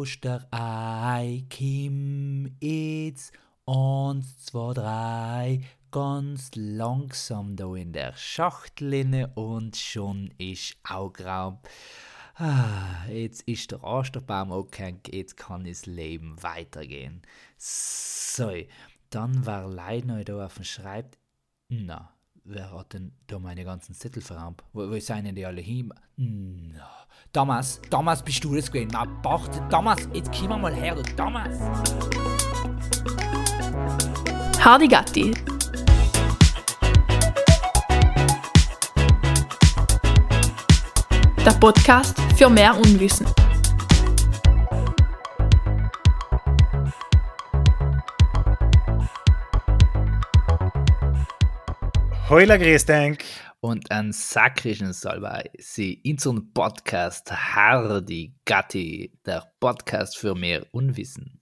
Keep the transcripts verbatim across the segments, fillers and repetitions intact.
Osterei, Kim, jetzt eins, zwei, drei, ganz langsam da in der Schachtel und schon ist Augraum. Ah, jetzt ist der Osterbaum angehängt, jetzt kann das Leben weitergehen. So, dann war leider noch da auf dem Schreibtisch. Na, wer hat denn da meine ganzen Zettel verrammt? Wo, wo sind denn die alle hin? Na, Thomas, Thomas, bist du das gewesen? Na, Bach, Thomas, jetzt komm mal her, du Thomas! Hardy Gatti. Der Podcast für mehr Unwissen. Heula grüß denk. Und ein sakrischen Salbei, sie in so einem Podcast Hardy Gatti, der Podcast für mehr Unwissen.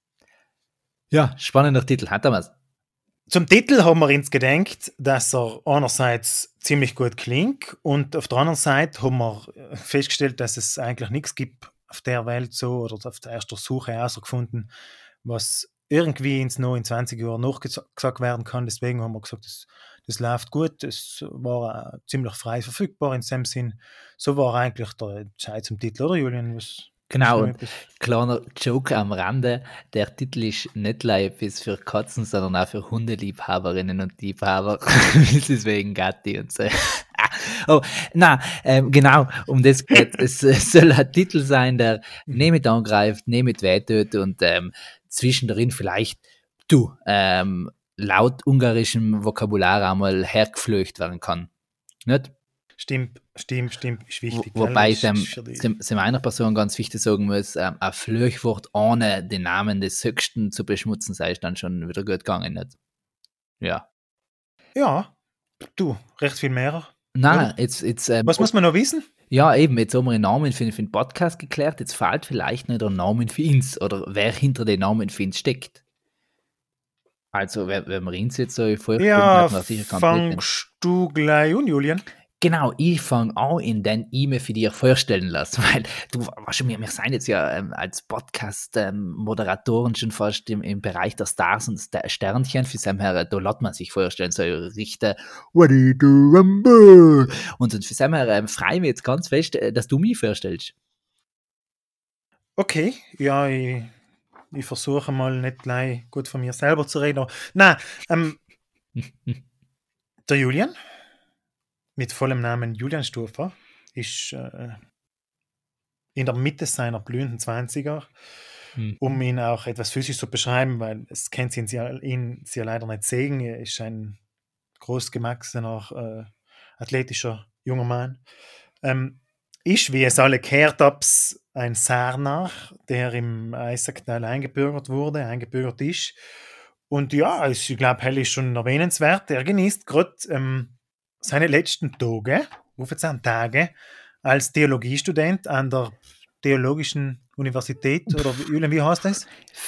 Ja, spannender Titel, hat Thomas. Zum Titel haben wir uns gedacht, dass er einerseits ziemlich gut klingt und auf der anderen Seite haben wir festgestellt, dass es eigentlich nichts gibt auf der Welt so oder auf der ersten Suche herausgefunden, was irgendwie ins noch in zwanzig Jahren nachgesagt werden kann. Deswegen haben wir gesagt, das, das läuft gut, es war ziemlich frei verfügbar in dem Sinn. So war eigentlich der Entscheid zum Titel, oder Julian? Was Genau, und kleiner Joke am Rande, der Titel ist nicht etwas für Katzen, sondern auch für Hundeliebhaberinnen und Liebhaber, deswegen Gatti und so. Oh, na, ähm, genau, um das geht es. Es soll ein Titel sein, der nicht angreift, nicht wehtut und ähm, zwischendrin vielleicht, du, ähm, laut ungarischem Vokabular einmal hergeflöcht werden kann. Nicht? Stimmt, stimmt, stimmt, ist wichtig. Wo, wobei ich meiner Person ganz wichtig sagen muss, ähm, ein Flöchwort ohne den Namen des Höchsten zu beschmutzen, sei es dann schon wieder gut gegangen. Nicht? Ja. Ja, du, recht viel mehr. Nein, jetzt, jetzt, ähm, was muss man noch wissen? Ja, eben, jetzt haben wir den Namen für, für den Podcast geklärt, jetzt fehlt vielleicht noch der Name für uns oder wer hinter den Namen für uns steckt. Also, wenn wir uns jetzt so vorstellen, ja, hat man sicher keinen fangst du gleich an, Julian? Genau, ich fange an, in den E-Mail für dich vorstellen lassen, weil du, weißt du, wir, wir sind jetzt ja ähm, als Podcast-Moderatoren ähm, schon fast im, im Bereich der Stars und der Sternchen, für seinem Herr, da lässt man sich vorstellen, so Richter, what do you do, Rumble? Und für seinem Herr ähm, freue ich mich jetzt ganz fest, dass du mich vorstellst. Okay, ja, ich, ich versuche mal nicht gleich gut von mir selber zu reden. Nein, ähm, der Julian, mit vollem Namen Julian Stufer, ist äh, in der Mitte seiner blühenden Zwanziger, mhm. um ihn auch etwas physisch zu beschreiben, weil es kennt ihn, ihn sie ja leider nicht sehen. Er ist ein großgewachsener, äh, athletischer junger Mann. Ähm, ist, wie es alle gehört habt, ein Sarner, der im Eisacktal eingebürgert wurde, eingebürgert ist. Und ja, ich glaube, hell ist schon erwähnenswert. Er genießt gerade ähm, seine letzten Tage, Tage, als Theologiestudent an der Theologischen Universität, oder Julian, wie heißt das?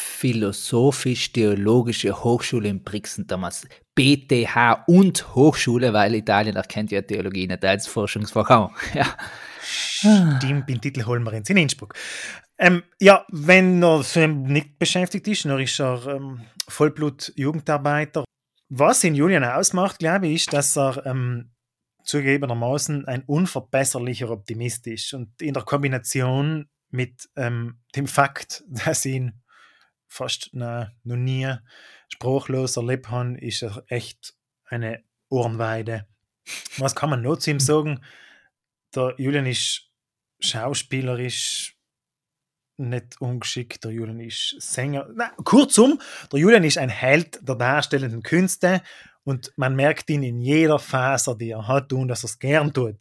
Philosophisch-Theologische Hochschule in Brixen damals. B T H und Hochschule, weil Italien erkennt ja Theologie nicht als Forschungsfach auch. Ja. Stimmt, den Titel holen wir jetzt in Innsbruck. Ähm, ja, wenn er so nicht beschäftigt ist, dann ist er ähm, Vollblut-Jugendarbeiter. Was ihn Julian ausmacht, glaube ich, ist, dass er ähm, zugegebenermaßen ein unverbesserlicher Optimist ist. Und in der Kombination mit ähm, dem Fakt, dass ihn fast na, noch nie sprachlos erlebt haben, ist er echt eine Ohrenweide. Was kann man noch zu ihm sagen? Der Julian ist schauspielerisch nicht ungeschickt, der Julian ist Sänger. Na, kurzum, der Julian ist ein Held der darstellenden Künste und man merkt ihn in jeder Faser, die er hat, und dass er es gern tut.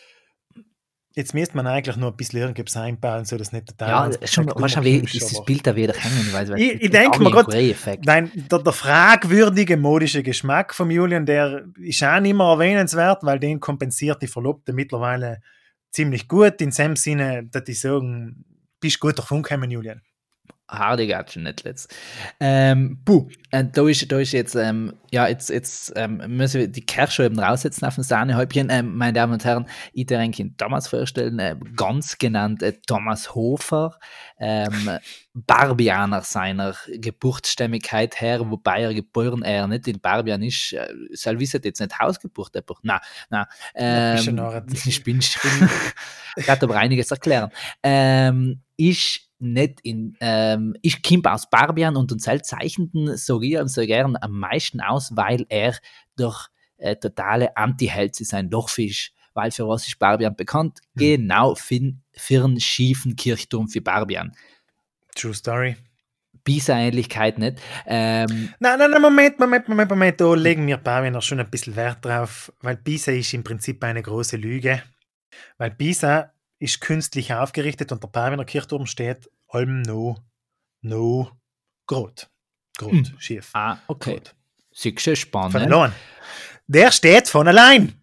Jetzt müsste man eigentlich nur ein bisschen irgendwas einbauen, so dass nicht total... Ja, schon, wahrscheinlich ist das Bild da wieder hängen. Weil, weil ich ich denke mir gerade, nein, der, der fragwürdige modische Geschmack von Julian, der ist auch nicht mehr erwähnenswert, weil den kompensiert die Verlobte mittlerweile ziemlich gut. In dem Sinne, dass ich sagen, bist gut davon gekommen, Julian. Hardigast nicht letzt. Ähm, puh, äh, da ist, da ist jetzt, ähm, ja, jetzt, jetzt ähm, müssen wir die Kirsche eben raussetzen auf dem Sahnehäubchen. Ähm, meine Damen und Herren, ich darf Ihnen Thomas vorstellen, äh, ganz genannt äh, Thomas Hofer, ähm, Barbianer seiner Geburtsstämmigkeit her, wobei er geboren er nicht in Barbian ist. Äh, soll wissen, jetzt nicht Hausgeburt, aber nein, nein. Ähm, ich bin schon. Ich werde aber einiges erklären. Ähm, ist nicht in, ähm, ich komme aus Barbian und uns zeichneten so und so gern am meisten aus, weil er durch äh, totale Anti-Held ist, ein Dorffisch. Weil für was ist Barbian bekannt? Hm. Genau für, für einen schiefen Kirchturm für Barbian. True Story. Pisa-Ähnlichkeit nicht. Ähm, nein, nein, nein, Moment, Moment, Moment, Moment, da legen wir Barbianer schon ein bisschen Wert drauf, weil Pisa ist im Prinzip eine große Lüge. Weil Pisa ist künstlich aufgerichtet und der Barbianer Kirchturm steht allem no, no, grot. Grot, mm. schief. Ah, okay. Siehst du, spannend. Von allein. Der steht von allein.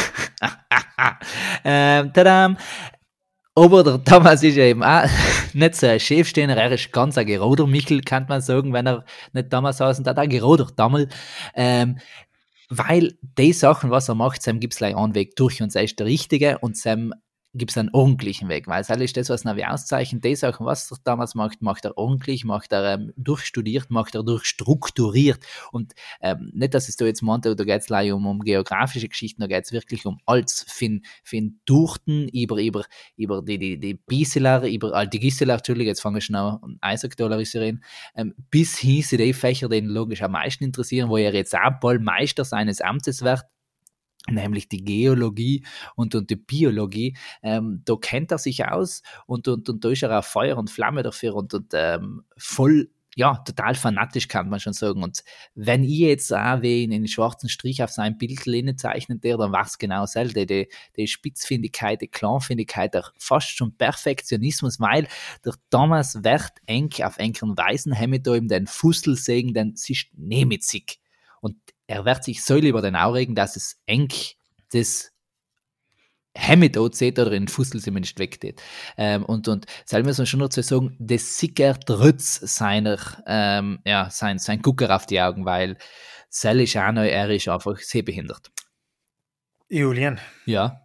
ähm, tadam. Aber der Thomas ist ja eben auch nicht so ein Chefstehner, er ist ganz ein geroder Michel, kann man sagen, wenn er nicht Thomas heißt, und hat ein geroder Dammel. Ähm, weil die Sachen, was er macht, Sam gibt es gleich einen Weg durch und er ist der Richtige und Sam gibt es einen ordentlichen Weg, weil das ist das, was Navi auszeichnet. Die Sachen, was er damals macht, macht er ordentlich, macht er ähm, durchstudiert, macht er durchstrukturiert und ähm, nicht, dass es da jetzt meinte, da geht es gleich um, um geografische Geschichten, da geht es wirklich um alles, von, von Durchten, über, über, über die, die, die Bieseler, über all die Gisseler, Entschuldigung, jetzt fange ich schon an, Isaac-Dollar ähm, bis hin zu den Fächer, die ihn logisch am meisten interessieren, wo er jetzt auch bald Meister seines Amtes wird, nämlich die Geologie und, und die Biologie, ähm, da kennt er sich aus und, und, und da ist er auch Feuer und Flamme dafür und, und ähm, voll, ja, total fanatisch kann man schon sagen. Und wenn ich jetzt auch wie einen schwarzen Strich auf sein Bild zeichnet, der, dann war es genau selber, die, die, die Spitzfindigkeit, die Kleinfindigkeit, der fast schon Perfektionismus, weil der Thomas wird eng auf engeren Weisen, haben da eben den Fussel sägen, denn es ist nehmitzig. Und er wird sich so lieber den aufregen, dass es eng das Hemd sieht oder in den Fussel zumindest weggeht. Ähm, und, und soll man schon noch zu sagen, das sickert trotz seiner, ähm, ja, sein, sein Gucker auf die Augen, weil Sel ist auch noch, er ist einfach sehbehindert. Julian. Ja.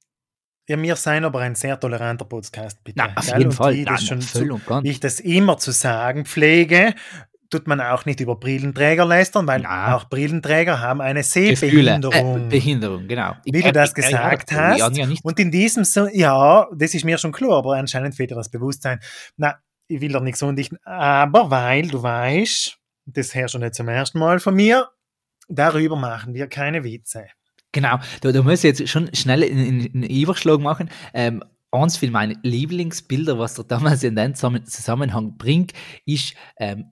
Ja, wir sind aber ein sehr toleranter Podcast, bitte. Na, auf jeden und Fall. Die, Nein, schon voll zu, und ganz. Wie ich das immer zu sagen pflege, tut man auch nicht über Brillenträger lästern, weil Na. auch Brillenträger haben eine Sehbehinderung. Äh, Behinderung, genau. Wie ich du das gesagt ja, hast. Ja und in diesem so, ja, das ist mir schon klar, aber anscheinend fehlt dir das Bewusstsein. Na, ich will doch nichts undichten, aber weil du weißt, das hörst du nicht zum ersten Mal von mir, darüber machen wir keine Witze. Genau, da, da muss ich jetzt schon schnell einen Überschlag machen. Ähm, eins von meinen Lieblingsbilder, was der damals in den Zusammenhang bringt, ist, ähm,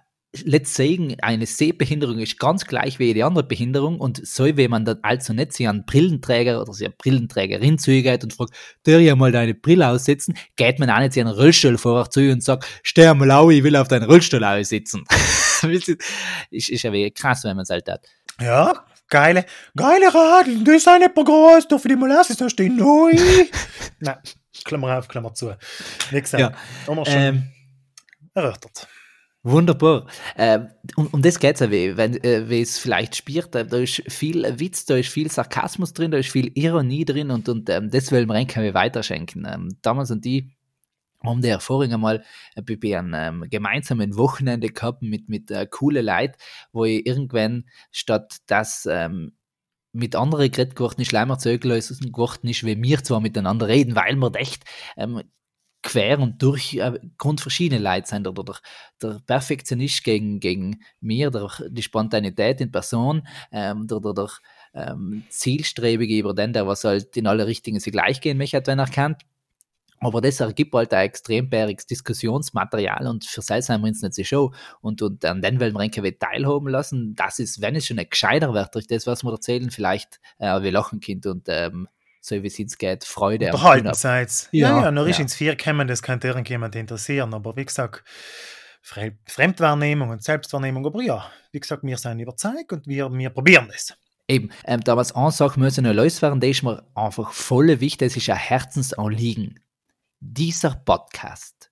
let's sagen, eine Sehbehinderung ist ganz gleich wie jede andere Behinderung und so wie man dann also nicht sich einen Brillenträger oder sich eine Brillenträgerin zugeht und fragt, darf ich mal deine Brille aussetzen, geht man auch nicht sich einen Rollstuhl vorher zu und sagt, steh mal auf, ich will auf deinen Rollstuhl aussitzen. ist, ist ja wie krass, wenn man es halt hat. Ja, geile, geile Radl, die sind nicht mehr groß, darf ich die mal lassen, da stehen neu. Nein, Klammer auf, Klammer zu. Wie gesagt, ja. haben wir schon ähm, erörtert. Wunderbar. Ähm, um, um das geht es ja, wie, wenn, äh, wie es vielleicht spielt, da ist viel Witz, da ist viel Sarkasmus drin, da ist viel Ironie drin und, und ähm, das wollen wir eigentlich weiterschenken. Ähm, damals und die haben die Erfahrung einmal bei einem ähm, gemeinsamen Wochenende gehabt mit, mit äh, coolen Leuten, wo ich irgendwann statt dass ähm, mit anderen geredet geworden ist, leider zögerlos geworden ist, wie wir zwar miteinander reden, weil wir echt ähm, quer und durch äh, grundverschiedene Leute sind. Oder der, der Perfektionist gegen, gegen mir, der, die Spontanität in Person, ähm, der, der, der ähm, Zielstrebige über den, der was halt in alle Richtungen sich gleich gehen möchte, wenn er kennt. Aber das ergibt halt ein extrem bäriges Diskussionsmaterial und für das haben wir uns nicht so schon. Und, und an den wollen wir irgendwie teilhaben lassen. Das ist, wenn es schon nicht gescheiter wird durch das, was wir erzählen, vielleicht äh, wir lachen Kind und ähm, so wie es jetzt geht, Freude. Unterhalten seid. Ja, ja, ja, noch ja. ist ins Vier kommen, das könnte irgendjemand interessieren. Aber wie gesagt, Fremdwahrnehmung und Selbstwahrnehmung. Aber ja, wie gesagt, wir sind überzeugt und wir, wir probieren das. Eben, ähm, da was eine Sache müssen noch loswerden, das ist mir einfach voll wichtig, das ist ein Herzensanliegen. Dieser Podcast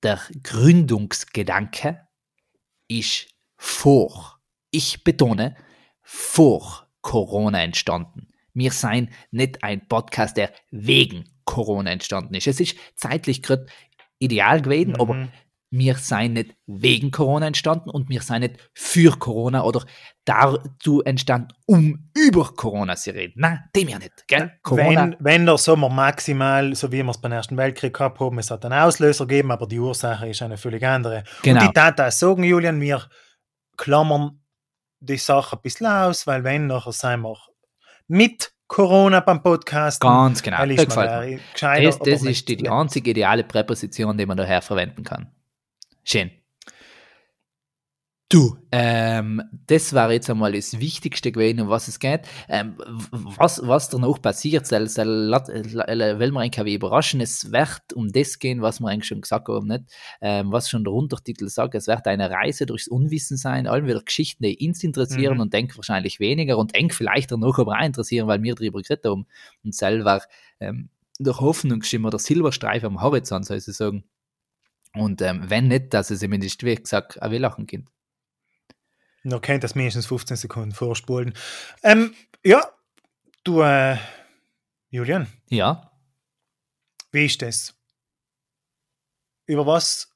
der Gründungsgedanke ist vor, ich betone, vor Corona entstanden. Wir sind nicht ein Podcast, der wegen Corona entstanden ist. Es ist zeitlich gerade ideal gewesen, Mhm. aber wir sind nicht wegen Corona entstanden und wir sind nicht für Corona oder dazu entstanden, um über Corona zu reden. Nein, dem ja nicht. Gell? Corona, Wenn, wenn der Sommer maximal, so wie wir es beim Ersten Weltkrieg gehabt haben, es hat einen Auslöser gegeben, aber die Ursache ist eine völlig andere. Genau. Und ich darf auch sagen, Julian, wir klammern die Sache ein bisschen aus, weil wenn, nachher sind wir mit Corona beim Podcasten. ganz genau. Weil Das ist gefällt man mir. da gescheiter, Das, das aber ist die, nicht- die einzige ideale Präposition, die man daher verwenden kann. Schön. Du, ähm, das war jetzt einmal das Wichtigste gewesen, um was es geht. Ähm, was, was danach passiert, soll, soll, will man eigentlich wie überraschen. Es wird um das gehen, was wir eigentlich schon gesagt haben, nicht? Ähm, was schon der Untertitel sagt. Es wird eine Reise durchs Unwissen sein, allen wieder Geschichten, die uns interessieren Mhm. und denk wahrscheinlich weniger und denk vielleicht danach aber auch interessieren, weil wir darüber geredet haben. Und selber ähm, der Hoffnungsschimmer, der Silberstreifen am Horizont, soll ich sagen. Und ähm, wenn nicht, dass es zumindest, wie gesagt, auch wie lachen Kind. Noch kennt das mindestens fünfzehn Sekunden vorspulen. Ähm, ja, du, äh, Julian, Ja. wie ist das? Über was?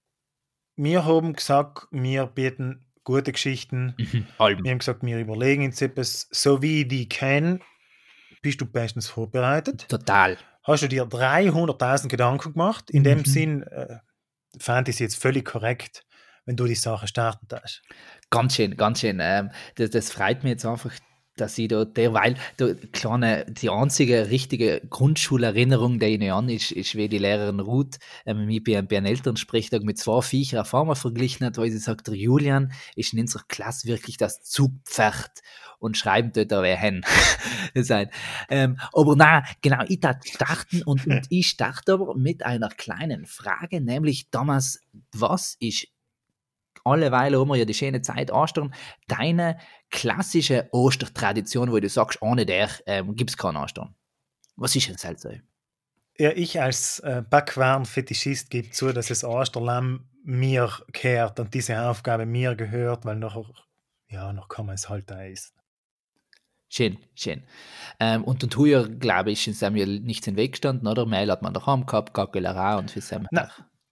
Wir haben gesagt, wir bieten gute Geschichten. Mhm. Alben. Wir haben gesagt, wir überlegen uns etwas. So wie ich die kenne, bist du bestens vorbereitet. Total. Hast du dir dreihunderttausend Gedanken gemacht? In dem Mhm. Sinn äh, fand ich es jetzt völlig korrekt, wenn du die Sache starten darfst. Ganz schön, ganz schön. Ähm, das, das freut mich jetzt einfach, dass ich da derweil, da, kleine, die einzige richtige Grundschulerinnerung, die ich noch an ist, ist, wie die Lehrerin Ruth ähm, mich bei, bei einem Elternsprechtag mit zwei Viechern auf einmal verglichen hat, weil sie sagt, der Julian ist in unserer Klasse wirklich das Zugpferd und schreiben dort wer hin. sein. Ähm, aber nein, genau, ich darf starten und, und ich starte aber mit einer kleinen Frage, nämlich damals, was ist alleweil haben wir ja die schöne Zeit Ostern, deine klassische Ostertradition, wo du sagst, ohne der ähm, gibt es keinen Ostern. Was ist denn das so? Ja, ich als äh, Backwaren-Fetischist gebe zu, dass das Osterlamm mir gehört und diese Aufgabe mir gehört, weil nachher, ja, noch kann man es halt da essen. Schön, schön. Ähm, und und heuer, glaube ich, ist mir nichts in den Weg gestanden, oder? Mehl hat man daheim gehabt, Gaggelerei und für Sam. Nein.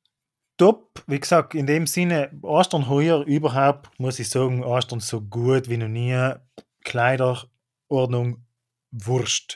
Top, wie gesagt, in dem Sinne, Ostern heuer überhaupt, muss ich sagen, Ostern so gut wie noch nie. Kleiderordnung, Wurst.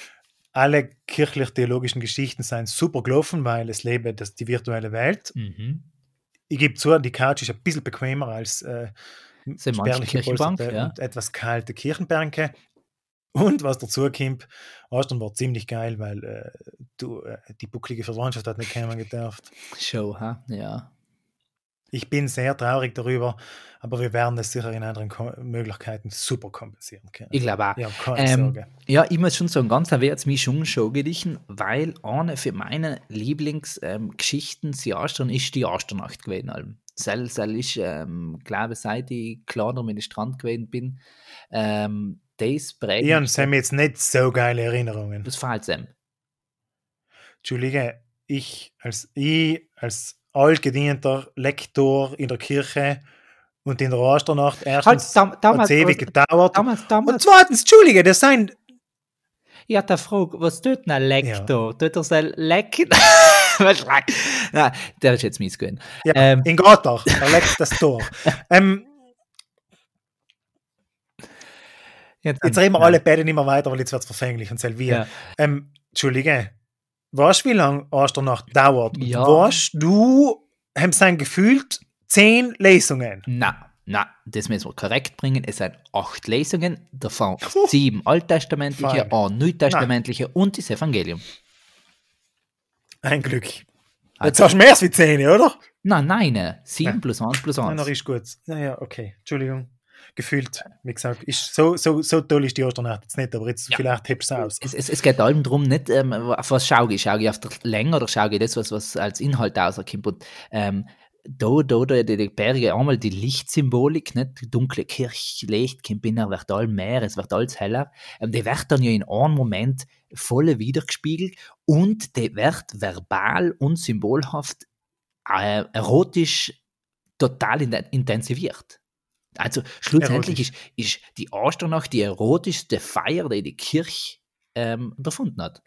Alle kirchlich-theologischen Geschichten sind super gelaufen, weil es lebe das, die virtuelle Welt. Mhm. Ich gebe zu, die Couch ist ein bisschen bequemer als äh, So manche spärliche Kirchenbank, polsterte ja. und etwas kalte Kirchenbänke. Und was dazu kommt, Ostern war ziemlich geil, weil äh, du, äh, die bucklige Verwandtschaft hat nicht kommen gedurft. Show, ha? Ja. Ich bin sehr traurig darüber, aber wir werden das sicher in anderen Ko Möglichkeiten super kompensieren können. Ich glaube auch. Ja, keine Ähm, Sorge. ja, ich muss schon sagen, ganz wird es mich schon schon gedichten, weil eine für meine Lieblingsgeschichten, ähm, sie Ostern, ist die Osternacht gewesen. Alben. Sel, sel ist, ähm, glaube seit ich klar mit dem Strand gewesen bin, ähm, das prägt Ian, mich- das haben jetzt nicht so geile Erinnerungen. Das fehlt Sam. Entschuldige, ich als, ich als altgedienter Lektor in der Kirche und in der Osternacht erstens Halt, dam- damals- hat's ewig was- gedauert. Damals, Und damals, zweitens, Entschuldige, das sind ich hatte eine Frage, was tut denn ein Lektor? Tut er sein Lecken? Was leck- Nein, der ist jetzt mies gewesen. ja, Ähm. in Gotthard, er leckt das Tor. ähm, Jetzt, Jetzt reden wir alle beide nicht mehr weiter, weil jetzt wird es verfänglich und Selvia. Ja. Ähm, Entschuldige, weißt du, wie lange Osternacht dauert? Ja. Weißt du, haben sie gefühlt zehn Lesungen? Na, na, das müssen wir korrekt bringen. Es sind acht Lesungen, davon sieben alttestamentliche, Fein. ein neutestamentliche und das Evangelium. Ein Glück. Also- Jetzt hast du mehr als wie zehn, oder? Nein, nein, ne. sieben Nein. plus eins plus Nein, eins. noch ist gut. Ja, ja, okay. Entschuldigung. Gefühlt, wie gesagt, ist so, so, so toll ist die Osternacht jetzt nicht, aber jetzt Ja. vielleicht hebst du es aus. Es, es, es geht allem darum, nicht, ähm, auf was schaue ich. Schaue ich auf die Länge oder schaue ich das, was, was als Inhalt rauskommt? Und ähm, da, da, da, die, die Berge, einmal die Lichtsymbolik, nicht? Die dunkle Kirchlicht kommt binner, wird all mehr, es wird alles heller. Ähm, die wird dann ja in einem Moment voll wiedergespiegelt und die wird verbal und symbolhaft äh, erotisch total in, intensiviert. Also schlussendlich ist, ist die Osternacht die erotischste Feier, die die Kirche ähm, erfunden hat.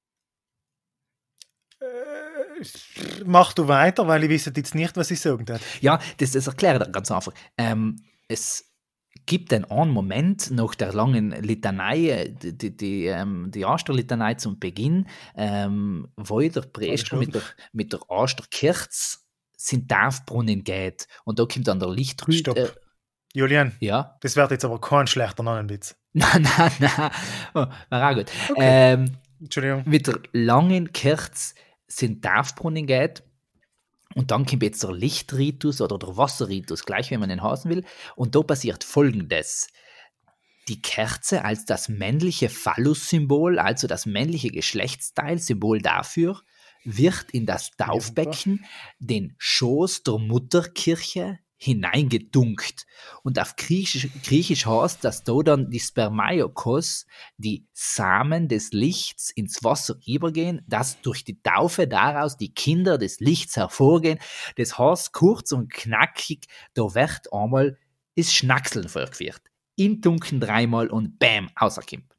Äh, mach du weiter, weil ich weiß jetzt nicht, was ich sagen darf. Ja, das, das erkläre ich ganz einfach. Ähm, es gibt einen, einen Moment nach der langen Litanei, die, die, die, ähm, die Osterlitanei zum Beginn, ähm, wo der Priester mit der, mit der Osterkerze sind Taufbrunnen geht und da kommt dann der Lichtrüd. Stopp. Äh, Julian, ja? Das wird jetzt aber kein schlechter Namenwitz. Nein, nein, nein. Oh, war auch gut. Okay. Ähm, Entschuldigung. Mit der langen Kerze sind Taufbrunnen geht und dann kommt jetzt der Lichtritus oder der Wasserritus, gleich wie man den hasen will. Und da passiert Folgendes. Die Kerze als das männliche Phallus-Symbol, also das männliche Geschlechtsteil, Symbol dafür, wird in das Taufbecken, den Schoß der Mutterkirche, hineingedunkt. Und auf Griechisch, Griechisch heißt, dass da dann die Spermaiokos, die Samen des Lichts, ins Wasser übergehen, dass durch die Taufe daraus die Kinder des Lichts hervorgehen. Das heißt, kurz und knackig, da wird einmal das Schnackseln vorgeführt. In Dunkeln dreimal und bam, außerkommt.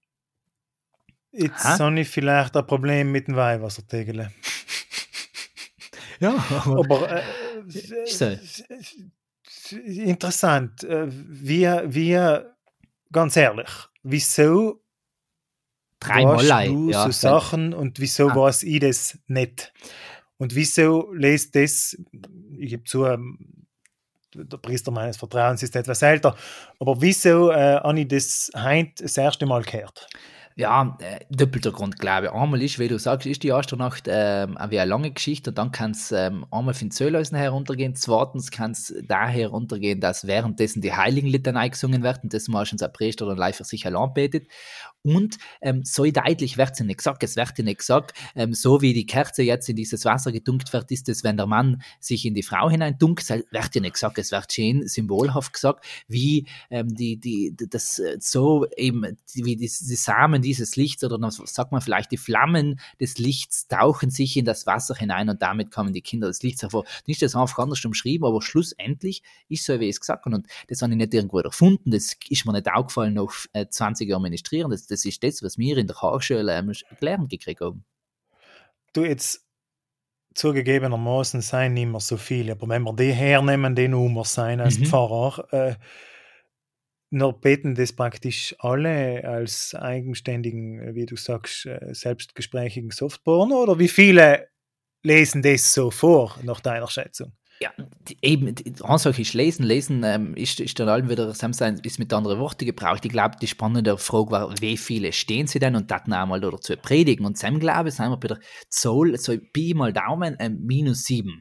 Jetzt habe ich vielleicht ein Problem mit dem Weihwassertegel. Ja, aber äh, so. Interessant. Wie, wie, ganz ehrlich, wieso dreimal du ja, so Sachen und wieso ah. weiß ich das nicht? Und wieso lest das, ich gebe zu, der Priester meines Vertrauens ist etwas älter, aber wieso äh, habe ich das heute das erste Mal gehört? Ja, äh, doppelter Grund, glaube ich. Einmal ist, wie du sagst, ist die Osternacht ähm, wie eine lange Geschichte und dann kann es ähm, einmal von den Zöllhäusern heruntergehen. Zweitens kann es daher runtergehen, dass währenddessen die Heiligenlitanei gesungen wird und das meistens ein Priester dann live für sich allein betet. Und ähm, so deutlich wird es nicht gesagt, es wird nicht gesagt, ähm, so wie die Kerze jetzt in dieses Wasser gedunkt wird, ist es, wenn der Mann sich in die Frau hineindunkt, wird ja nicht gesagt, es wird schön symbolhaft gesagt, wie ähm, die, die, das so eben, wie die, die Samen dieses Lichts oder dann sagt man vielleicht die Flammen des Lichts tauchen sich in das Wasser hinein und damit kommen die Kinder des Lichts hervor. Nicht das einfach anders umschrieben, aber schlussendlich ist so, wie ich es gesagt habe und das habe ich nicht irgendwo erfunden, das ist mir nicht aufgefallen nach äh, zwanzig Jahren Ministrieren, das, das ist das, was wir in der Hochschule ähm, gelernt gekriegt haben. Du, jetzt zugegebenermaßen seien nicht mehr so viele, aber wenn wir die hernehmen, die Nummer sein als Mhm. Pfarrer, äh, noch beten das praktisch alle als eigenständigen, wie du sagst, äh, selbstgesprächigen Softporno oder wie viele lesen das so vor, nach deiner Schätzung? Ja, die, eben, die Ansage ist lesen. Lesen ähm, ist, ist dann allem wieder, sein, ist mit anderen Worten gebraucht. Ich glaube, die spannende Frage war, wie viele stehen sie denn und das einmal dazu predigen. Und Sam glaube, sind wir bei der Zahl, so Pi mal Daumen, ähm, minus sieben.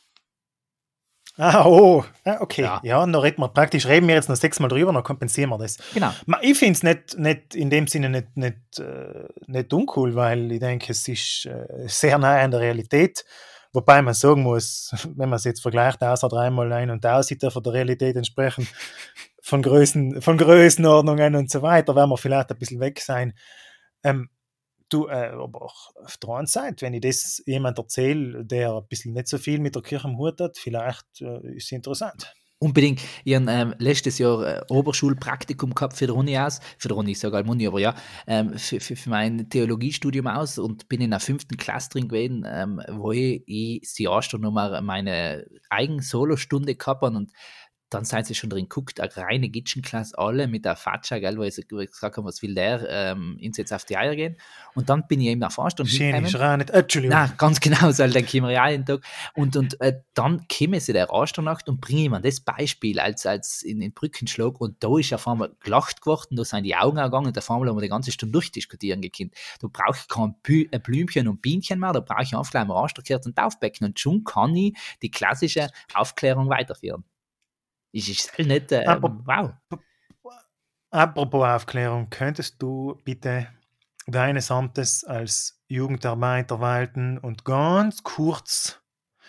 Ah, oh, okay. Ja, ja dann reden wir praktisch, reden wir jetzt noch sechsmal drüber, dann kompensieren wir das. Genau. Ich finde es nicht, nicht in dem Sinne nicht, nicht, äh, nicht uncool, weil ich denke, es ist äh, sehr nahe an der Realität. Wobei man sagen muss, wenn man es jetzt vergleicht, außer dreimal ein und aus, sieht er von der Realität entsprechend von, Größen, von Größenordnungen und so weiter, werden wir vielleicht ein bisschen weg sein. Ähm, du, äh, aber auch auf der anderen Seite, wenn ich das jemand erzähle, der ein bisschen nicht so viel mit der Kirche am Hut hat, vielleicht äh, ist es interessant. Unbedingt. Ich habe ähm, letztes Jahr äh, Oberschulpraktikum gehabt für die Uni aus, für die Uni, ich sage Uni, aber ja, ähm, für, für, für mein Theologiestudium aus und bin in der fünften Klasse drin gewesen, ähm, wo ich, ich die erste Nummer meine eigene Solostunde gehabt habe und dann seid ihr schon drin geguckt, eine reine Gitschenklasse, alle mit der Fatscha, gell, wo ich gesagt habe, was will der, ähm, ins jetzt auf die Eier gehen. Und dann bin ich eben auf Anstunde hingekommen. Schön ist rein, nicht, Entschuldigung. Nein, ganz genau, so denke ich mir ja jeden Tag. Und, und äh, dann komme ich in der Anstunde und bringe ich mir das Beispiel als, als in den Brückenschlag und da ist auf einmal gelacht geworden, da sind die Augen gegangen und auf einmal haben wir die ganze Stunde durchdiskutieren gekannt. Da brauche ich kein Bü- Blümchen und Bienchen mehr, da brauche ich einfach mal Ansterkerzen und Taufbecken und schon kann ich die klassische Aufklärung weiterführen. Ich ist halt nicht, äh, wow. Apropos Aufklärung, könntest du bitte deines Amtes als Jugendarbeiter walten und ganz kurz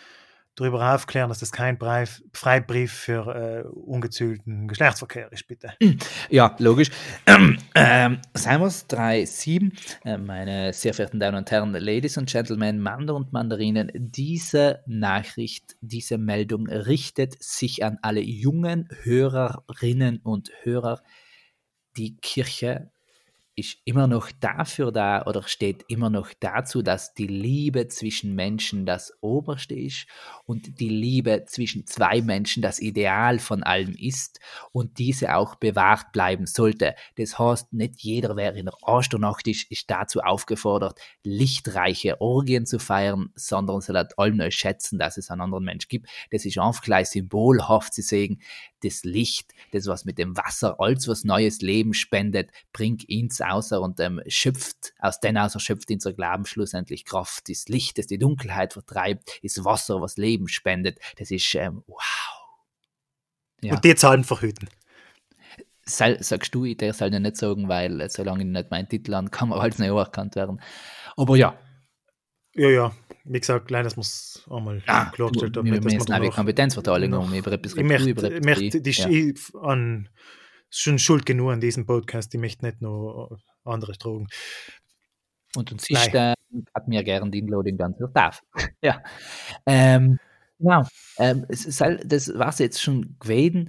darüber aufklären, dass das kein Breif, Freibrief für äh, ungezügelten Geschlechtsverkehr ist, bitte. Ja, logisch. Ähm, ähm, Servus drei sieben, äh, meine sehr verehrten Damen und Herren, Ladies und Gentlemen, Mander und Mandarinnen, diese Nachricht, diese Meldung richtet sich an alle jungen Hörerinnen und Hörer. Die Kirche ist immer noch dafür da oder steht immer noch dazu, dass die Liebe zwischen Menschen das Oberste ist und die Liebe zwischen zwei Menschen das Ideal von allem ist und diese auch bewahrt bleiben sollte. Das heißt, nicht jeder, wer in der Osternacht ist, ist dazu aufgefordert, lichtreiche Orgien zu feiern, sondern soll halt allem neu schätzen, dass es einen anderen Mensch gibt. Das ist einfach gleich symbolhaft zu sagen, das Licht, das was mit dem Wasser alles was neues Leben spendet, bringt ins außer und ähm, schöpft, aus den außer schöpft unser Glauben schlussendlich Kraft. Das Licht, das die Dunkelheit vertreibt, ist Wasser, was Leben spendet. Das ist ähm, wow. Ja. Und die Zahlen verhüten. Sal, sagst du, ich darf es halt nicht sagen, weil äh, solange ich nicht meinen Titel an, kann man halt nicht anerkannt werden. Aber ja. Ja, ja. Wie gesagt, leider, das muss einmal Ah, klargestellt du, werden. wir müssen auch die Kompetenzverteilung um über etwas Ich möchte, über ich möchte dich ja. ich, an schon schuld genug an diesem Podcast. Ich möchte nicht noch andere Drogen. Und uns ist, äh, hat mir gern den Loading ganz darf. Ja. Ähm, genau. Ähm, es ist halt, das war es jetzt schon gewesen.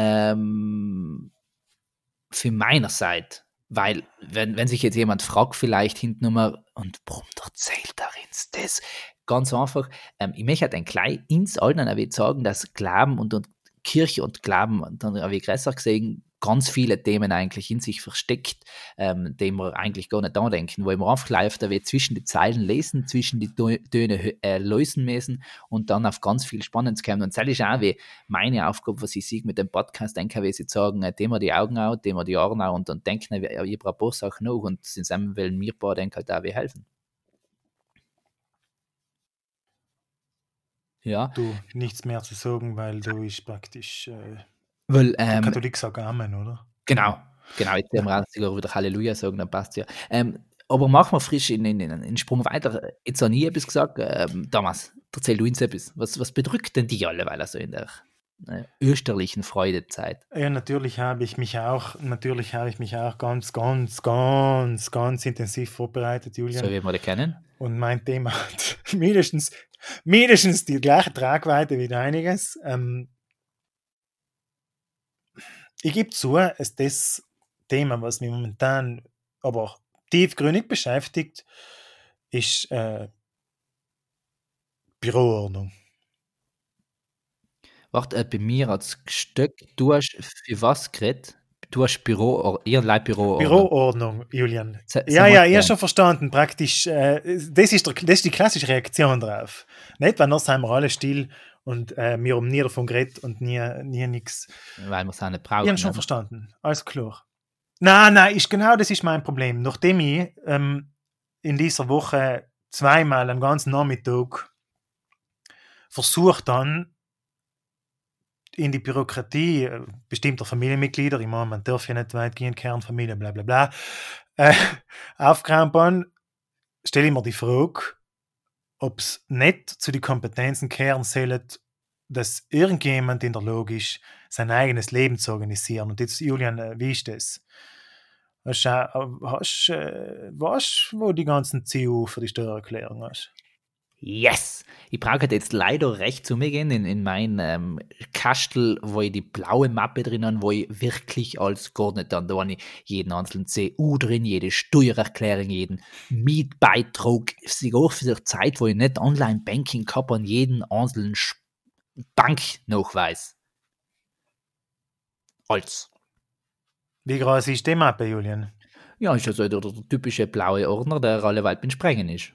Ähm, für meiner Seite. Weil, wenn, wenn sich jetzt jemand fragt, vielleicht hinten mal, und warum erzählt er uns das? Ganz einfach, ähm, ich möchte halt ein klein ins Alten sagen, dass Glauben und, und Kirche und Glauben, und dann habe ich größer gesehen, ganz viele Themen eigentlich in sich versteckt, ähm, die wir eigentlich gar nicht andenken, wo wir einfach live da zwischen die Zeilen lesen, zwischen die Töne äh, lösen müssen und dann auf ganz viel Spannendes kommen. Und das ist auch wie meine Aufgabe, was ich sehe mit dem Podcast, denke ich, wie sie sagen, äh, dem wir die Augen auf, dem wir die Ohren auf und dann denken wir über ein paar Sachen nach und zusammen wollen wir paar denken halt auch wie helfen. Ja. Du, nichts mehr zu sagen, weil du ist praktisch äh, weil, ähm, Katholik sagt Amen, oder? Genau, genau, jetzt werden wir sogar wieder Halleluja sagen, dann passt ja. Ähm, aber machen wir frisch in den Sprung weiter. Jetzt habe ich etwas gesagt. Ähm, Thomas, erzähl du uns etwas. Was, was bedrückt denn dich alle, weil also in der äh, österlichen Freudezeit? Ja, natürlich habe ich mich auch, natürlich habe ich mich auch ganz, ganz, ganz, ganz intensiv vorbereitet, Julian. So wie wir das kennen. Und mein Thema hat mindestens, mindestens die gleiche Tragweite wie einiges. Ähm, ich gebe zu, es ist das Thema, was mich momentan aber tiefgründig beschäftigt, ist äh, Büroordnung. Warte, äh, bei mir als Stück, du hast für was geredet? Du hast Büro, ihr Leib Büroordnung. Büroordnung, Julian. Se, ja, ja, ich habe schon verstanden. Praktisch, äh, das, ist der, das ist die klassische Reaktion drauf. Nicht, weil sonst sind wir alle still und äh, wir haben nie davon geredet und nie, nie nichts. Weil wir es auch nicht brauchen. Ich habe schon oder? verstanden. Alles klar. Nein, nein, ist, genau das ist mein Problem. Nachdem ich ähm, in dieser Woche zweimal am ganzen Nachmittag versucht dann, in die Bürokratie bestimmter Familienmitglieder, ich meine, man darf ja nicht weitgehend Kernfamilie, bla bla bla, äh, aufkrampeln, stelle ich mir die Frage, ob es nicht zu den Kompetenzen kehren soll, dass irgendjemand in der Lage ist, sein eigenes Leben zu organisieren. Und jetzt, Julian, wie ist das? Hast du, äh, weißt du, wo die ganzen C U für die Steuererklärung hast? Yes! Ich brauche jetzt leider recht zu mir gehen in, in mein ähm, Kastel, wo ich die blaue Mappe drin habe, wo ich wirklich als gar nicht dann, da habe ich jeden einzelnen C U drin, jede Steuererklärung, jeden Mietbeitrag, sogar für die Zeit, wo ich nicht Online-Banking gehabt habe, jeden einzelnen Banknachweis. Alles. Wie groß ist die Mappe, Julian? Ja, ist also der, der typische blaue Ordner, der alle weit beim Sprengen ist.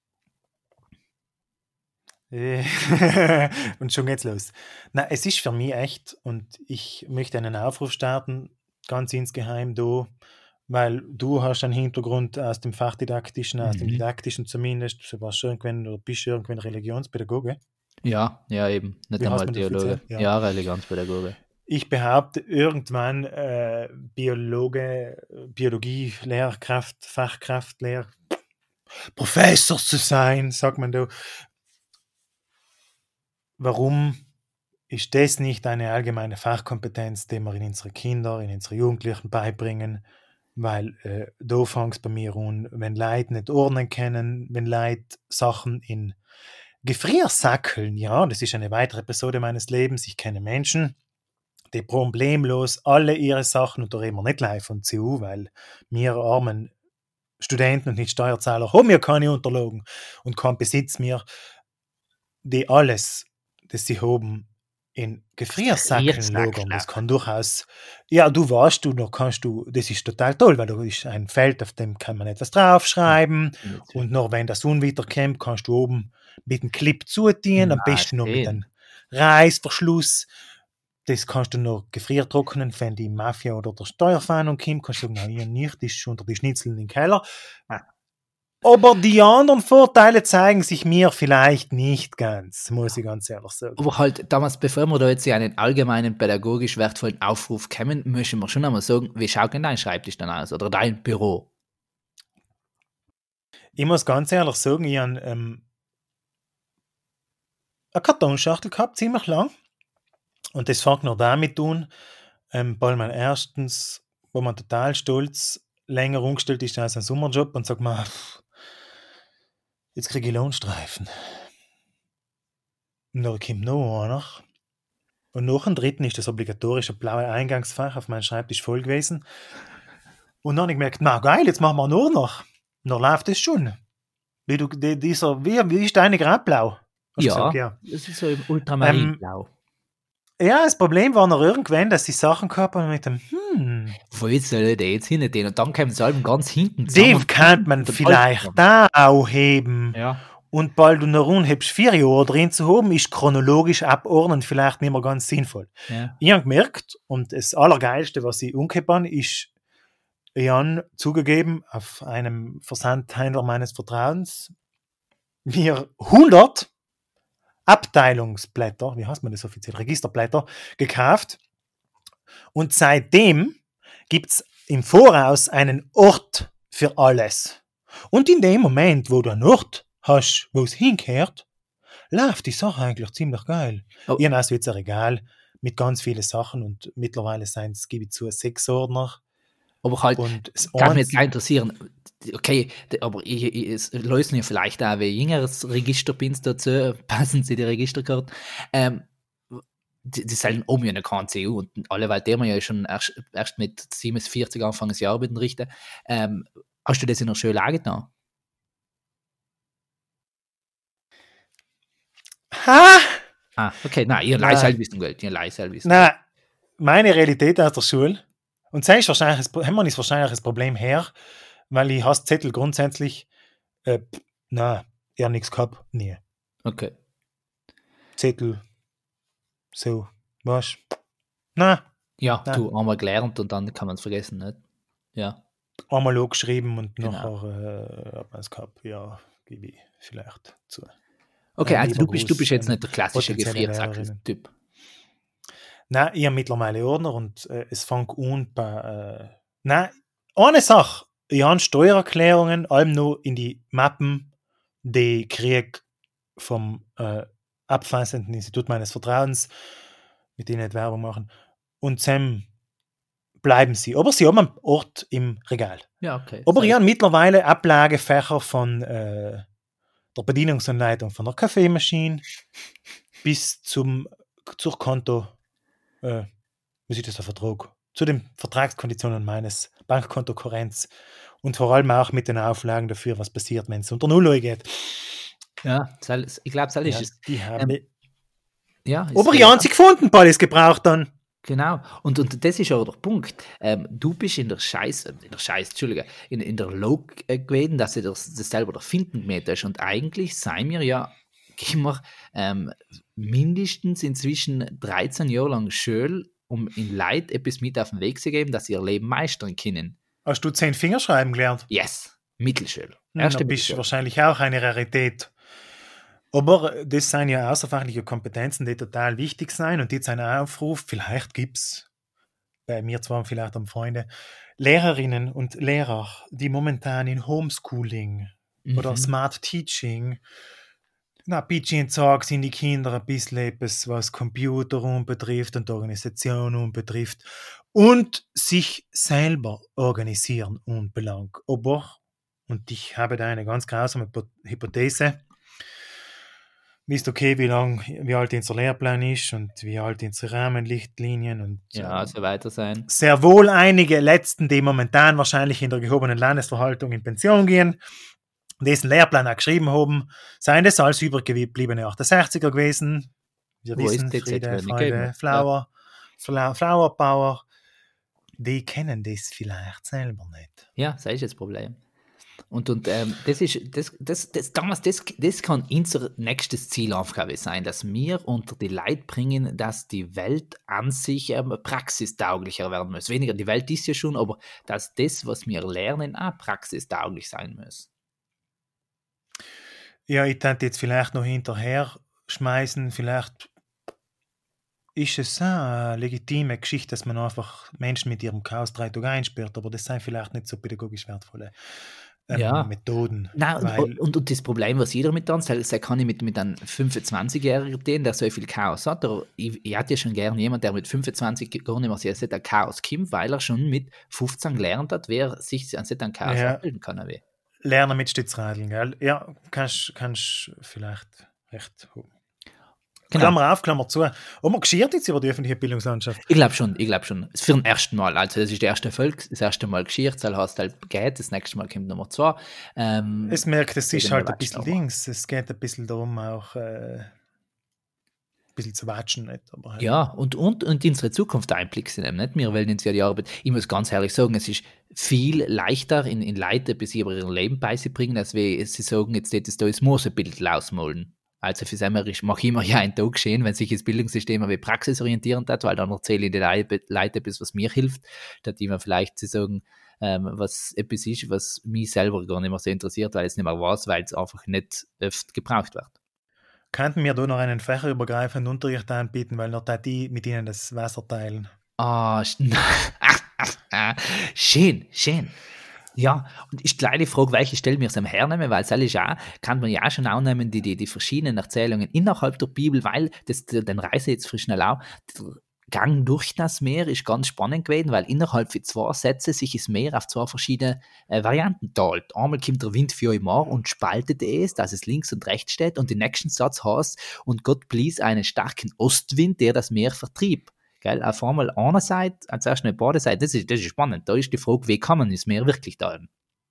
Und schon geht's los. Na, es ist für mich echt, und ich möchte einen Aufruf starten, ganz insgeheim da, weil du hast einen Hintergrund aus dem Fachdidaktischen, aus Mhm. dem Didaktischen zumindest, du warst irgendwann oder bist irgendwann Religionspädagoge. Ja, ja eben, nicht Wie heißt einmal man das Theologe. offiziell? Ja, Ja. ja Religionspädagoge. Ich behaupte irgendwann äh, Biologe, Biologie, Lehrkraft, Fachkraft, Lehr Professor zu sein, sagt man da. warum ist das nicht eine allgemeine Fachkompetenz, die wir in unsere Kinder, in unsere Jugendlichen beibringen? Weil äh, da fängt es bei mir an, wenn Leute nicht ordnen können, wenn Leute Sachen in Gefriersackeln, ja, das ist eine weitere Episode meines Lebens. Ich kenne Menschen, die problemlos alle ihre Sachen, und da reden wir nicht live von C U, weil wir armen Studenten und nicht Steuerzahler haben ja keine Unterlagen und keinen Besitz mehr, die alles, das sie haben, in Gefriersackeln lagern. Das kann durchaus, ja, du weißt, du, da kannst du, das ist total toll, weil da ist ein Feld, auf dem kann man etwas draufschreiben, ja, und noch wenn das Unwetter kommt, kannst du oben mit einem Clip zutun, am besten noch mit einem Reißverschluss. Das kannst du noch gefriertrocknen, wenn die Mafia oder der Steuerfahndung kommt, kannst du sagen, na, ihr nicht, das ist unter die Schnitzeln im Keller. Ah. Aber die anderen Vorteile zeigen sich mir vielleicht nicht ganz, muss ich ganz ehrlich sagen. Aber halt damals, bevor wir da jetzt einen allgemeinen pädagogisch wertvollen Aufruf kommen, müssen wir schon einmal sagen, wie schaut denn dein Schreibtisch dann aus oder dein Büro? Ich muss ganz ehrlich sagen, ich habe ähm, eine Kartonschachtel gehabt, ziemlich lang. Und das fängt noch damit an, ähm, weil man erstens, wo man total stolz länger umgestellt ist als ein Sommerjob und sagt man, jetzt kriege ich Lohnstreifen. Und dann kommt noch einer. Und nach dem dritten ist das obligatorische blaue Eingangsfach auf meinem Schreibtisch voll gewesen. Und dann habe ich gemerkt, na geil, jetzt machen wir nur noch. Und dann läuft das schon. Wie, du, die, dieser, wie, wie ist deine gerade blau? Ja, gesagt, ja, das ist so im Ultramarinblau. Ähm, Ja, das Problem war noch irgendwann, dass die Sachen gehabt haben mit dem, hm. Wo soll der jetzt hin? Und dann kommen sie alle ganz hinten zusammen. Den kann man vielleicht da auch heben. Ja. Und bald du noch unhebst vier Jahre drin zu haben, ist chronologisch abordnen vielleicht nicht mehr ganz sinnvoll. Ja. Ich habe gemerkt, und das Allergeilste, was ich umgekehrt habe, ist, ich habe zugegeben, auf einem Versandhändler meines Vertrauens, mir hundert Abteilungsblätter, wie heißt man das offiziell, Registerblätter, gekauft. Und seitdem gibt es im Voraus einen Ort für alles. Und in dem Moment, wo du einen Ort hast, wo es hinkehrt, läuft die Sache eigentlich ziemlich geil. Oh. Ich habe also jetzt ein Regal mit ganz vielen Sachen und mittlerweile sind es, gebe ich zu, sechs Ordner. Aber halt, und es kann mich jetzt gleich interessieren, okay, aber ich, ich, es lösen ja vielleicht auch ein jüngeres Registerpins dazu, passen Sie die Registerkarten. Ähm, die, die sind oben ja kein C U und alle, weil der man ja schon erst, erst mit siebenundvierzig anfangen das Jahr arbeiten richten. Ähm, hast du das in einer schönen Lage getan? Ha! Ah, okay, nein, ihr Leihselwissen Geld, ihr Leihselwissen. Nein, meine Realität aus der Schule. Und das ist wahrscheinlich, haben ist wahrscheinlich das Problem her, weil ich hasse Zettel grundsätzlich, äh, nein, eher nichts gehabt, nie. Okay. Zettel, so, was? Nein. Ja, nein. du einmal gelernt und dann kann man es vergessen, nicht? Ja. Einmal angeschrieben und genau. nachher äh, hat man es gehabt, ja, gebe ich vielleicht zu. Okay, also du bist, du bist jetzt nicht der klassische Gefriersack-Typ. Nein, ich habe mittlerweile Ordner und äh, es fängt an bei. Äh, nein, eine Sache. Ich habe Steuererklärungen, allem nur in die Mappen, die ich kriege vom äh, abfassenden Institut meines Vertrauens, mit denen nicht Werbung machen. Und dann bleiben sie. Aber sie haben einen Ort im Regal. Ja, okay. Aber ich habe mittlerweile Ablagefächer von äh, der Bedienungsanleitung von der Kaffeemaschine bis zum, zur Konto. Äh, wie sieht das der Vertrag? Zu den Vertragskonditionen meines Bankkontokorrents und vor allem auch mit den Auflagen dafür, was passiert, wenn es unter Null geht. Ja, ich glaube, das ist es. Die haben ähm, ja, aber ich habe sie gefunden, Paul ist gebraucht dann. Genau, und, und das ist auch der Punkt. Ähm, du bist in der Scheiß, in der Scheiß, Entschuldige, in, in der Log äh, gewesen, dass du das, das selber da finden gemäht hast. Und eigentlich seien wir ja immer ähm, mindestens inzwischen dreizehn Jahre lang schön, um in Leid etwas mit auf den Weg zu geben, dass sie ihr Leben meistern können. Hast du zehn Fingerschreiben gelernt? Yes, mittelschön. Erste bist wahrscheinlich auch eine Rarität. Aber das sind ja außerfachliche Kompetenzen, die total wichtig sind und die sind ein Aufruf, vielleicht gibt es bei mir zwar vielleicht am Freunde, Lehrerinnen und Lehrer, die momentan in Homeschooling mhm. oder Smart Teaching Na, bisschen Tag sind die Kinder ein bisschen etwas, was Computer betrifft und Organisation betrifft und sich selber organisieren unbelangt. Aber, und ich habe da eine ganz grausame Hypothese, wisst okay, wie lang, wie alt unser Lehrplan ist und wie alt unsere Rahmenrichtlinien und Ja, ähm, so weiter sein. sehr wohl einige Letzten, die momentan wahrscheinlich in der gehobenen Landesverwaltung in Pension gehen, diesen Lehrplan auch geschrieben haben, seien das alles übergebliebene achtundsechziger gewesen. Wir Wo wissen, ist T Z Friede, wenig Freude, gegeben? Flower, Fla- Flower Power, die kennen das vielleicht selber nicht. Ja, das ist das Problem. Und, und ähm, das ist, das, das, das, damals, das, das kann unser nächstes Zielaufgabe sein, dass wir unter die Leute bringen, dass die Welt an sich ähm, praxistauglicher werden muss. Weniger, die Welt ist ja schon, aber dass das, was wir lernen, auch praxistauglich sein muss. Ja, ich könnte jetzt vielleicht noch hinterher schmeißen, vielleicht ist es eine legitime Geschichte, dass man einfach Menschen mit ihrem Chaos drei Tage einsperrt, aber das sind vielleicht nicht so pädagogisch wertvolle ähm, Ja. Methoden. Nein, weil, und, und, und das Problem, was jeder mit uns hat, das kann ich mit, mit einem fünfundzwanzigjährigen den, der so viel Chaos hat. Oder ich, ich hätte ja schon gerne jemanden, der mit fünfundzwanzig gar nicht mehr sehr sehr Chaos kommt, weil er schon mit fünfzehn gelernt hat, wer sich an solchen Chaos Ja. abbilden kann. Wie. Lernen mit Stützradeln, gell? Ja, kannst du vielleicht recht haben. Genau. Klammer auf, Klammer zu. Haben wir geschiert jetzt über die öffentliche Bildungslandschaft? Ich glaube schon, ich glaube schon. Für den ersten Mal. Also, das ist der erste Folge, das erste Mal geschiert, das heißt halt geht, das nächste Mal kommt Nummer zwei. Ähm, es merkt, es ist halt ein watschen, bisschen aber. Dings. Es geht ein bisschen darum, auch äh, ein bisschen zu watschen. Nicht? Aber halt. Ja, und, und, und in unsere Zukunft Einblick zu nehmen. Nicht? Wir wollen uns ja die Arbeit, ich muss ganz ehrlich sagen, es ist viel leichter, in, in Leute bis sie über ihr Leben beizubringen, als wenn sie sagen, jetzt steht es da das Mosebild ausmalen. Also für das mache ich immer ja einen Tag geschehen, wenn sich das Bildungssystem wie praxisorientierend hat, weil dann erzähle ich den Leuten etwas, was mir hilft, dass die mir vielleicht zu sagen, ähm, was etwas ist, was mich selber gar nicht mehr so interessiert, weil ich es nicht mehr weiß, weil es einfach nicht oft gebraucht wird. Könnten wir da noch einen fächerübergreifenden Unterricht anbieten, weil noch die mit ihnen das Wasser teilen? Ah, oh, schön, schön. Ja, und ich gleich die Frage, welche Stelle wir es am hernehmen, weil es auch, kann man ja auch schon annehmen, die, die, die verschiedenen Erzählungen innerhalb der Bibel, weil, das, den Reise jetzt frisch schnell auch, der Gang durch das Meer ist ganz spannend gewesen, weil innerhalb von zwei Sätzen sich das Meer auf zwei verschiedene äh, Varianten teilt. Einmal kommt der Wind für euch Meer und spaltet es, dass es links und rechts steht, und den nächsten Satz heißt, und Gott blies einen starken Ostwind, der das Meer vertrieb. Gell, auf einmal einer Seite, als erst eine beide Seiten, das ist, das ist spannend. Da ist die Frage, wie kann man das Meer wirklich teilen?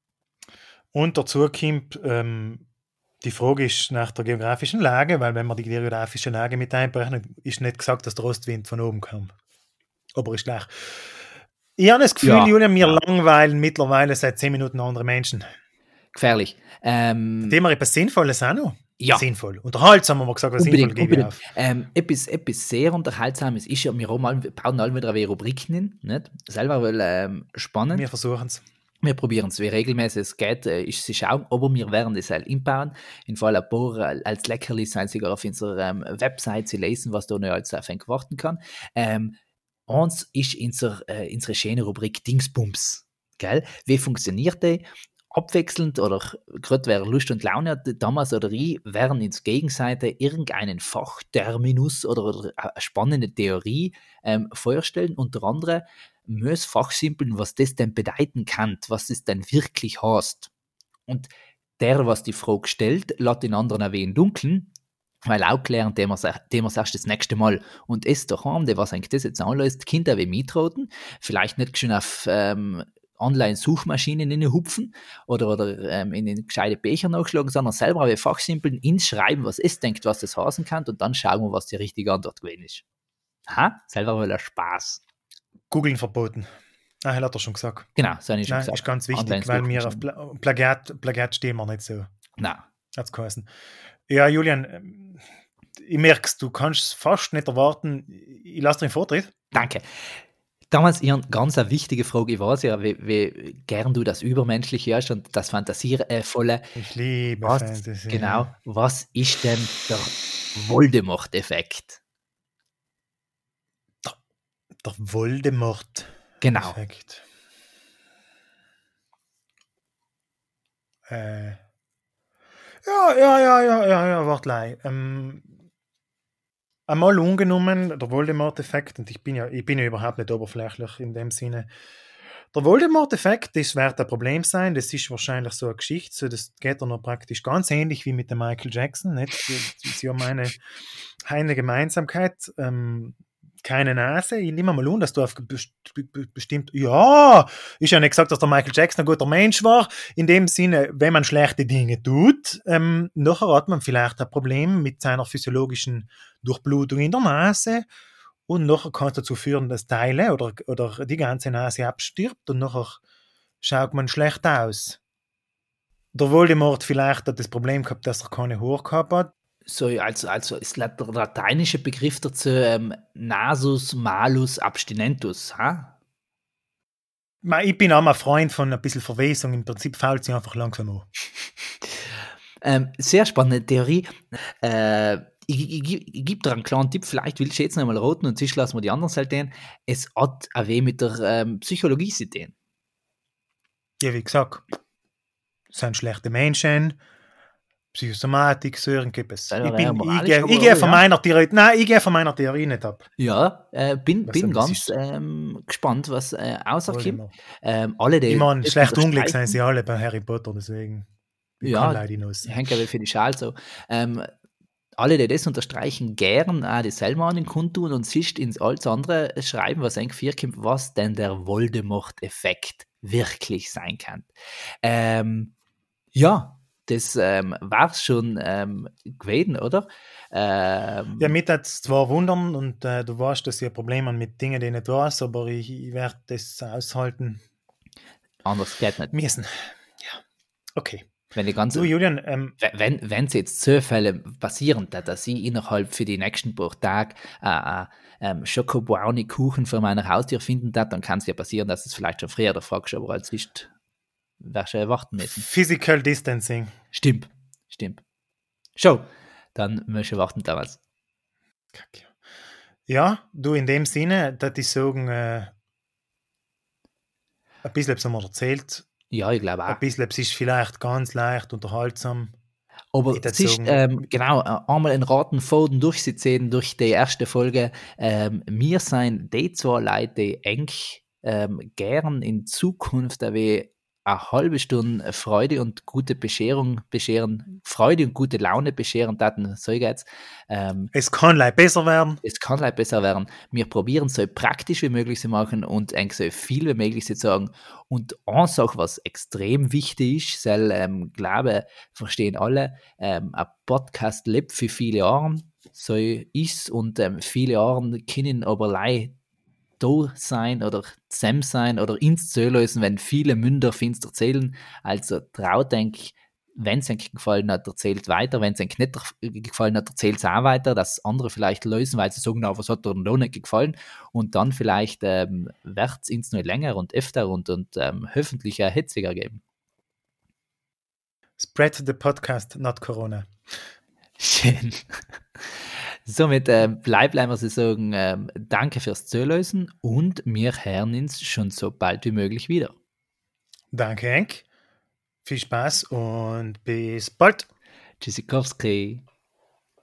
Und dazu kommt, ähm, die Frage ist nach der geografischen Lage, weil wenn man die geografische Lage mit einberechnet, ist nicht gesagt, dass der Ostwind von oben kommt. Aber ist gleich. Ich habe das Gefühl, Ja, Julian, wir ja. langweilen mittlerweile seit zehn Minuten andere Menschen. Gefährlich. Ähm, Dem wir etwas Sinnvolles auch noch. Ja. Sinnvoll. Unterhaltsam haben wir gesagt, was Unbedingt, sinnvoll gebe ich unbedingt. auf. Ähm, etwas, etwas sehr Unterhaltsames ist ja, wir, mal, wir bauen alle wieder eine Rubriken hin, nicht? Selber weil, ähm, spannend. Wir versuchen es. Wir probieren es, wie regelmäßig es geht, äh, ist sie schauen, aber wir werden das halt inbauen. In Fall ein paar äh, als Leckerli sein sogar auf unserer ähm, Website zu lesen, was da noch alles auf einen warten kann. Ähm, eins ist unsere, äh, unsere schöne Rubrik Dingsbums. Gell? Wie funktioniert die? Abwechselnd oder gerade wer Lust und Laune hat, damals oder ich, werden ins Gegenseite irgendeinen Fachterminus oder, oder eine spannende Theorie ähm, vorstellen. Unter anderem muss fachsimpeln, was das denn bedeuten kann, was es denn wirklich heißt. Und der, was die Frage stellt, lässt den anderen ein wenig dunkeln, weil auch klären, dem wir es erst das nächste Mal. Und es daheim, der was eigentlich das jetzt anlässt, Kinder wie mitraten, vielleicht nicht schon auf ähm, Online-Suchmaschinen hineinhupfen oder, oder ähm, in den gescheiten Becher nachschlagen, sondern selber wie fachsimpeln ins Schreiben, was es denkt, was das heißen kann, und dann schauen wir, was die richtige Antwort gewesen ist. Ha? Selber will er Spaß. Googeln verboten. Ah, hat er schon gesagt. Genau, so habe ich schon Nein, gesagt. ist ganz wichtig, weil wir auf Pla Plagiat, Plagiat stehen wir nicht so. Nein. Hat's geheißen. Ja, Julian, ich merk's, du kannst fast nicht erwarten. Ich lasse dir den Vortritt. Danke. Damals eine ganz eine wichtige Frage, ich weiß ja, wie, wie gern du das Übermenschliche hast und das Fantasievolle. Ich liebe was, Fantasy. Genau, was ist denn der Voldemort-Effekt? Der, der Voldemort-Effekt. Genau. Äh, Ja, ja, ja, ja, ja, ja, warte ähm, einmal ungenommen, der Voldemort-Effekt, und ich bin ja, ich bin ja überhaupt nicht oberflächlich in dem Sinne. Der Voldemort-Effekt, das wird ein Problem sein, das ist wahrscheinlich so eine Geschichte, so, das geht dann noch praktisch ganz ähnlich wie mit dem Michael Jackson, nicht? Sie, sie haben eine, eine Gemeinsamkeit, ähm, keine Nase. Ich nehme mal an, dass du auf best- bestimmt, ja, ist ja nicht gesagt, dass der Michael Jackson ein guter Mensch war. In dem Sinne, wenn man schlechte Dinge tut, ähm, nachher hat man vielleicht ein Problem mit seiner physiologischen Durchblutung in der Nase und nachher kann es dazu führen, dass Teile oder, oder die ganze Nase abstirbt und nachher schaut man schlecht aus. Der Voldemort vielleicht hat das Problem gehabt, dass er keine Haare gehabt hat. So, also, also ist der lateinische Begriff dazu ähm, nasus malus abstinentus, ha? Ich bin auch mal Freund von ein bisschen Verwesung. Im Prinzip fault sie einfach langsam an. ähm, sehr spannende Theorie. Äh, ich, ich, ich, ich gebe dir einen kleinen Tipp, vielleicht willst du jetzt noch mal roten und sonst lassen wir die anderen Seite hin. Es hat ein wenig mit der ähm, Psychologie zu tun. Ja, wie gesagt, es sind schlechte Menschen, Psychosomatik, so irgendetwas. Ja, Ich, bin, ja, ich, moralisch, gehe, aber ich gehe auch, von ja. meiner Theorie, nein, ich gehe von meiner Theorie nicht ab. Ja, äh, bin, Was bin denn das ganz ist? ähm, gespannt, was äh, rauskommt. Voldemort. Ähm, alle, die Ich meine, das schlecht Unglück unterstreichen- sind sie alle bei Harry Potter, deswegen. Ich Ja, kann leider nicht raus. hängt aber für die Schal so. Ähm, alle, die das unterstreichen, gern auch die selber an den kundtun und sich ins alles andere schreiben, was eigentlich vorkommt, was denn der Voldemort-Effekt wirklich sein kann. Ähm, ja, das ähm, war es schon ähm, gewesen, oder? Ähm, Ja, mich hat es zwar wundern und äh, du weißt, dass ich ein Problem habe mit Dingen, die ich nicht weiß, aber ich, ich werde das aushalten anders geht nicht. müssen. Ja, okay. Wenn die ganze Du, Julian, ähm, wenn wenn es jetzt Zufälle passieren, da, dass ich innerhalb für die nächsten paar Tage äh, äh, ähm, Schoko-Brownie-Kuchen für meine Haustür finden darf, dann kann es ja passieren, dass es vielleicht schon früher der fragst, aber als ist, wärst du ja warten müssen. Physical Distancing. Stimmt, stimmt. Schon, dann musst du warten damals. Kacke. Ja, du, in dem Sinne, dass ich sagen, äh, ein bisschen etwas haben wir erzählt, Ja, ich glaube ein auch. bisschen etwas ist vielleicht ganz leicht unterhaltsam. Aber Ich würd es ist, sagen- ähm, genau, äh, einmal einen raten Faden durchsitzen durch die erste Folge. Ähm, wir sind die zwei Leute, die eng ähm, gern in Zukunft ein wenig eine halbe Stunde Freude und gute Bescherung bescheren, Freude und gute Laune bescheren taten, so geht's. Ähm, Es kann leicht besser werden. es kann halt besser werden. Wir probieren es so praktisch wie möglich zu machen und eigentlich so viel wie möglich zu sagen. Und eine Sache, was extrem wichtig ist, soll, ähm, glaube, verstehen alle, ähm, ein Podcast lebt für viele Jahre, so ist und ähm, viele Jahre können aber leider da sein oder zusammen sein oder ins Ziel lösen, wenn viele Münder finster erzählen. Also traut denk, wenn es euch gefallen hat, erzählt weiter. Wenn es euch nicht gefallen hat, erzählt es auch weiter, dass andere vielleicht lösen, weil sie sagen, na, was hat dir denn da nicht gefallen? Und dann vielleicht ähm, wird es uns noch länger und öfter und, und ähm, hoffentlich auch hitziger geben. Spread the podcast, not Corona. Schön. Somit äh, bleibt einmal zu sagen, ähm, danke fürs Zuhören und wir hören uns schon so bald wie möglich wieder. Danke, Henk. Viel Spaß und bis bald. Tschüssikowski.